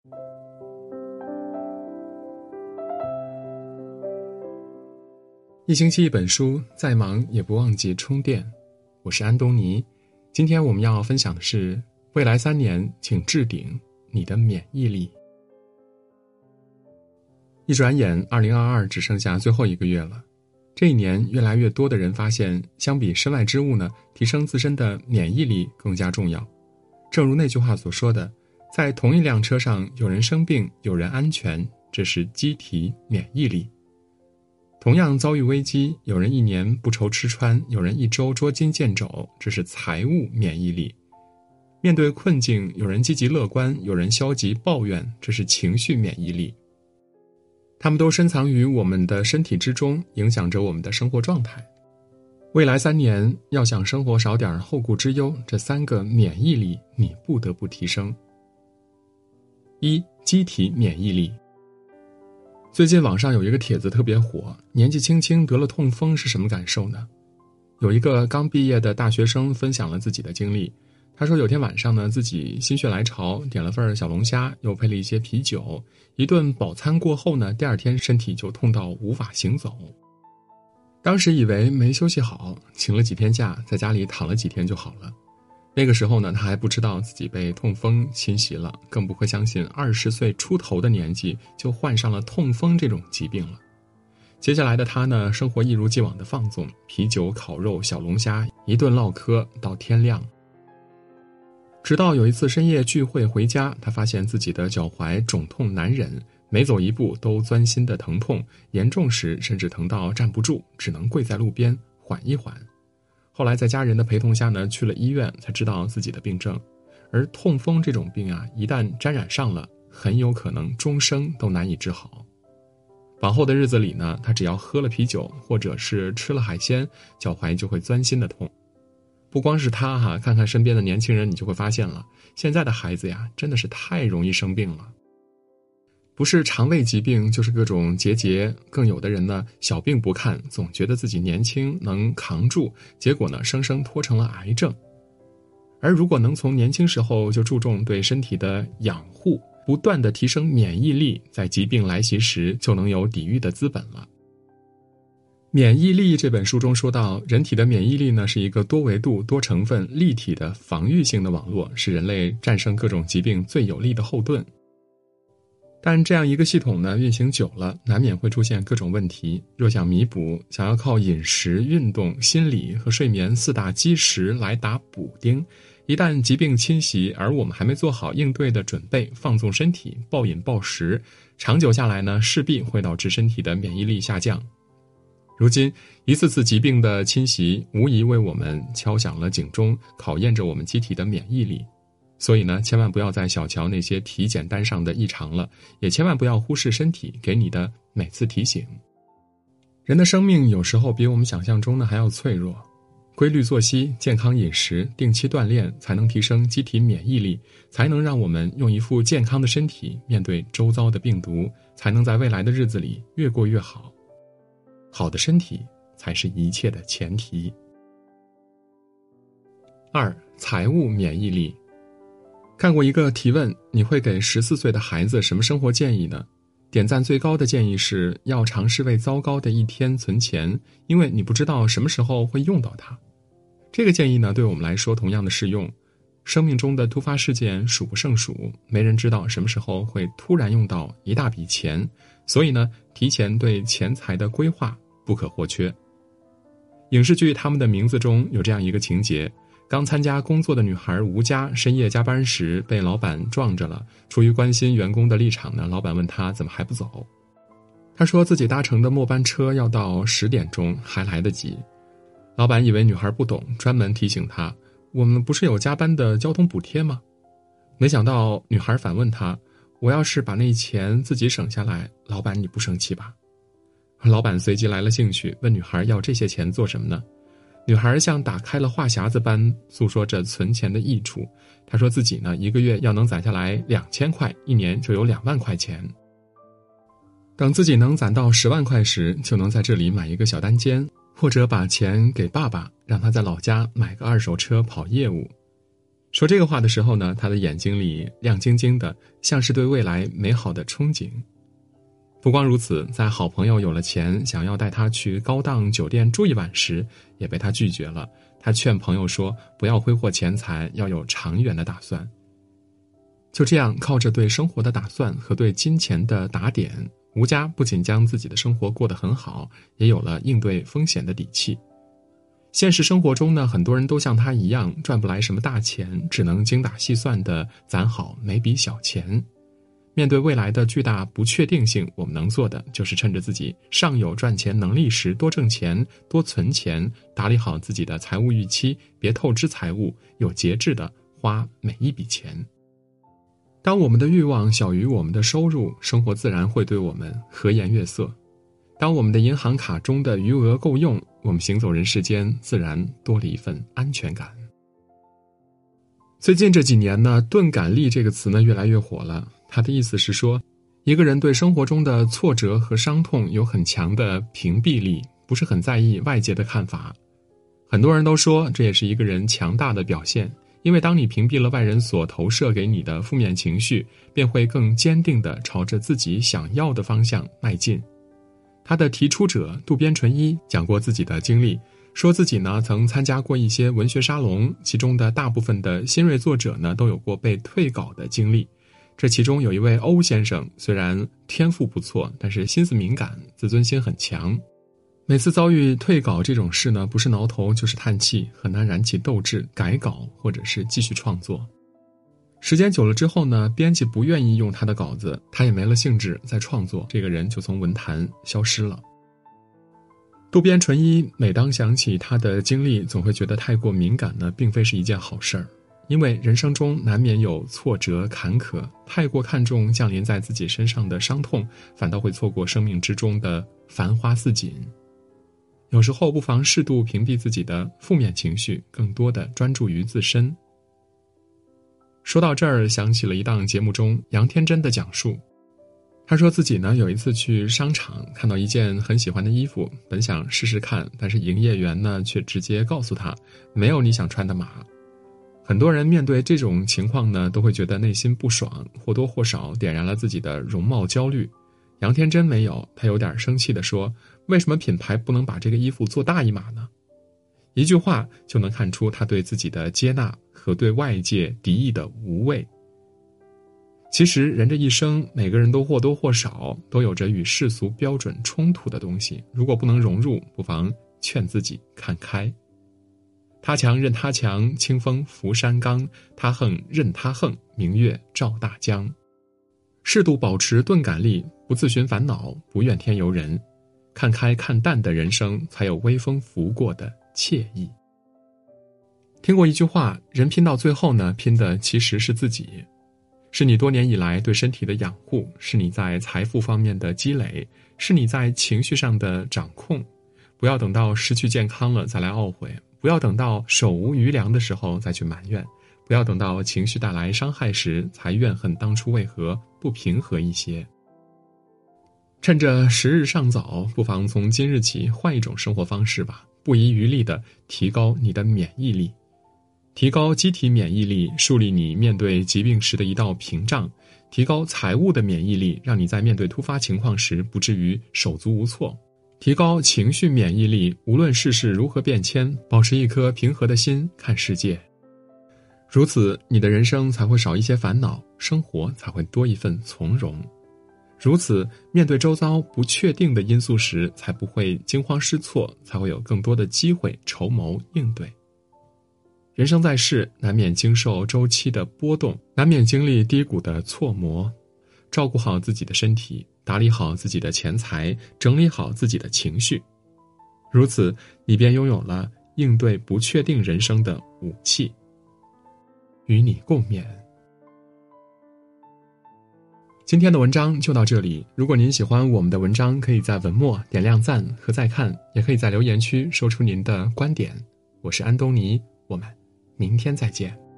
一星期一本书，再忙也不忘记充电。我是安东尼，今天我们要分享的是未来3年请置顶你的免疫力。一转眼2022只剩下最后1个月了，这一年越来越多的人发现，相比身外之物呢，提升自身的免疫力更加重要。正如那句话所说的，在同一辆车上有人生病，有人安全，这是机体免疫力。同样遭遇危机，有人1年不愁吃穿，有人1周捉襟见肘，这是财务免疫力。面对困境，有人积极乐观，有人消极抱怨，这是情绪免疫力。它们都深藏于我们的身体之中，影响着我们的生活状态。未来3年，要想生活少点后顾之忧，这3个免疫力你不得不提升。1. 机体免疫力。最近网上有一个帖子特别火，年纪轻轻得了痛风是什么感受呢？有一个刚毕业的大学生分享了自己的经历。他说有天晚上呢，自己心血来潮点了份小龙虾，又配了一些啤酒，一顿饱餐过后呢，第2天身体就痛到无法行走。当时以为没休息好，请了几天假，在家里躺了几天就好了。那个时候呢，他还不知道自己被痛风侵袭了，更不会相信20岁出头的年纪就患上了痛风这种疾病了。接下来的他呢，生活一如既往的放纵，啤酒、烤肉、小龙虾，一顿唠嗑到天亮。直到有一次深夜聚会回家，他发现自己的脚踝肿痛难忍，每走一步都钻心的疼痛，严重时甚至疼到站不住，只能跪在路边缓一缓。后来在家人的陪同下呢，去了医院，才知道自己的病症。而痛风这种病啊，一旦沾染上了，很有可能终生都难以治好。往后的日子里呢，他只要喝了啤酒或者是吃了海鲜，脚踝就会钻心的痛。不光是他看看身边的年轻人，你就会发现了，现在的孩子呀，真的是太容易生病了。不是肠胃疾病，就是各种结节，更有的人呢，小病不看，总觉得自己年轻能扛住，结果呢，生生拖成了癌症。而如果能从年轻时候就注重对身体的养护，不断的提升免疫力，在疾病来袭时就能有抵御的资本了。免疫力这本书中说到，人体的免疫力呢，是一个多维度、多成分、立体的防御性的网络，是人类战胜各种疾病最有力的后盾。但这样一个系统呢，运行久了，难免会出现各种问题。若想弥补，想要靠饮食、运动、心理和睡眠4大基石来打补丁，一旦疾病侵袭，而我们还没做好应对的准备，放纵身体，暴饮暴食，长久下来呢，势必会导致身体的免疫力下降。如今一次次疾病的侵袭，无疑为我们敲响了警钟，考验着我们机体的免疫力。所以呢，千万不要再小瞧那些体检单上的异常了，也千万不要忽视身体给你的每次提醒。人的生命有时候比我们想象中的还要脆弱，规律作息、健康饮食、定期锻炼，才能提升机体免疫力，才能让我们用一副健康的身体面对周遭的病毒，才能在未来的日子里越过越好。好的身体才是一切的前提。2. 财务免疫力。看过一个提问，你会给14岁的孩子什么生活建议呢？点赞最高的建议是要尝试为糟糕的一天存钱，因为你不知道什么时候会用到它。这个建议呢，对我们来说同样的适用。生命中的突发事件数不胜数，没人知道什么时候会突然用到一大笔钱，所以呢，提前对钱财的规划不可或缺。影视剧《他们的名字》中有这样一个情节，刚参加工作的女孩吴佳深夜加班时被老板撞着了，出于关心员工的立场呢，老板问她怎么还不走。她说自己搭乘的末班车要到10点钟，还来得及。老板以为女孩不懂，专门提醒她，我们不是有加班的交通补贴吗？没想到女孩反问他，我要是把那钱自己省下来，老板你不生气吧？老板随即来了兴趣，问女孩要这些钱做什么呢？女孩像打开了话匣子般诉说着存钱的益处。她说自己呢，1个月要能攒下来2000块，1年就有2万块钱。等自己能攒到10万块时，就能在这里买一个小单间，或者把钱给爸爸，让他在老家买个2手车跑业务。 说这个话的时候呢，他的眼睛里亮晶晶的，像是对未来美好的憧憬。不光如此，在好朋友有了钱想要带他去高档酒店住一晚时，也被他拒绝了。他劝朋友说，不要挥霍钱财，要有长远的打算。就这样，靠着对生活的打算和对金钱的打点，吴家不仅将自己的生活过得很好，也有了应对风险的底气。现实生活中呢，很多人都像他一样赚不来什么大钱，只能精打细算地攒好每笔小钱。面对未来的巨大不确定性，我们能做的就是趁着自己尚有赚钱能力时多挣钱，多存钱，打理好自己的财务预期，别透支财务，有节制地花每一笔钱。当我们的欲望小于我们的收入，生活自然会对我们和颜悦色。当我们的银行卡中的余额够用，我们行走人世间自然多了一份安全感。最近这几年呢，钝感力这个词呢越来越火了。它的意思是说，一个人对生活中的挫折和伤痛有很强的屏蔽力，不是很在意外界的看法。很多人都说这也是一个人强大的表现，因为当你屏蔽了外人所投射给你的负面情绪，便会更坚定地朝着自己想要的方向迈进。他的提出者渡边淳一讲过自己的经历，说自己呢曾参加过一些文学沙龙，其中的大部分的新锐作者呢都有过被退稿的经历。这其中有一位欧先生，虽然天赋不错，但是心思敏感，自尊心很强。每次遭遇退稿这种事呢，不是挠头就是叹气，很难燃起斗志改稿或者是继续创作。时间久了之后呢，编辑不愿意用他的稿子，他也没了兴致再创作，这个人就从文坛消失了。渡边淳一每当想起他的经历，总会觉得太过敏感呢，并非是一件好事儿。因为人生中难免有挫折坎坷，太过看重降临在自己身上的伤痛，反倒会错过生命之中的繁花似锦。有时候不妨适度屏蔽自己的负面情绪，更多的专注于自身。说到这儿，想起了一档节目中杨天真的讲述。他说自己呢有一次去商场，看到一件很喜欢的衣服，本想试试看，但是营业员呢却直接告诉他，没有你想穿的码。很多人面对这种情况呢，都会觉得内心不爽，或多或少点燃了自己的容貌焦虑。杨天真没有，他有点生气地说，为什么品牌不能把这个衣服做大一码呢？一句话就能看出他对自己的接纳和对外界敌意的无畏。其实人这一生，每个人都或多或少都有着与世俗标准冲突的东西，如果不能融入，不妨劝自己看开。他强任他强，清风拂山岗；他横任他横，明月照大江。适度保持钝感力，不自寻烦恼，不怨天尤人，看开看淡的人生，才有微风拂过的惬意。听过一句话，人拼到最后呢，拼的其实是自己，是你多年以来对身体的养护，是你在财富方面的积累，是你在情绪上的掌控。不要等到失去健康了再来懊悔，不要等到手无余粮的时候再去埋怨，不要等到情绪带来伤害时才怨恨当初为何不平和一些。趁着时日尚早，不妨从今日起换一种生活方式吧，不遗余力地提高你的免疫力，提高机体免疫力，树立你面对疾病时的一道屏障，提高财务的免疫力，让你在面对突发情况时不至于手足无措，提高情绪免疫力，无论世事如何变迁，保持一颗平和的心看世界。如此，你的人生才会少一些烦恼，生活才会多一份从容。如此，面对周遭不确定的因素时，才不会惊慌失措，才会有更多的机会筹谋应对。人生在世，难免经受周期的波动，难免经历低谷的挫磨。照顾好自己的身体，打理好自己的钱财，整理好自己的情绪，如此你便拥有了应对不确定人生的武器。与你共勉。今天的文章就到这里，如果您喜欢我们的文章，可以在文末点亮赞和再看，也可以在留言区说出您的观点。我是安东尼，我们明天再见。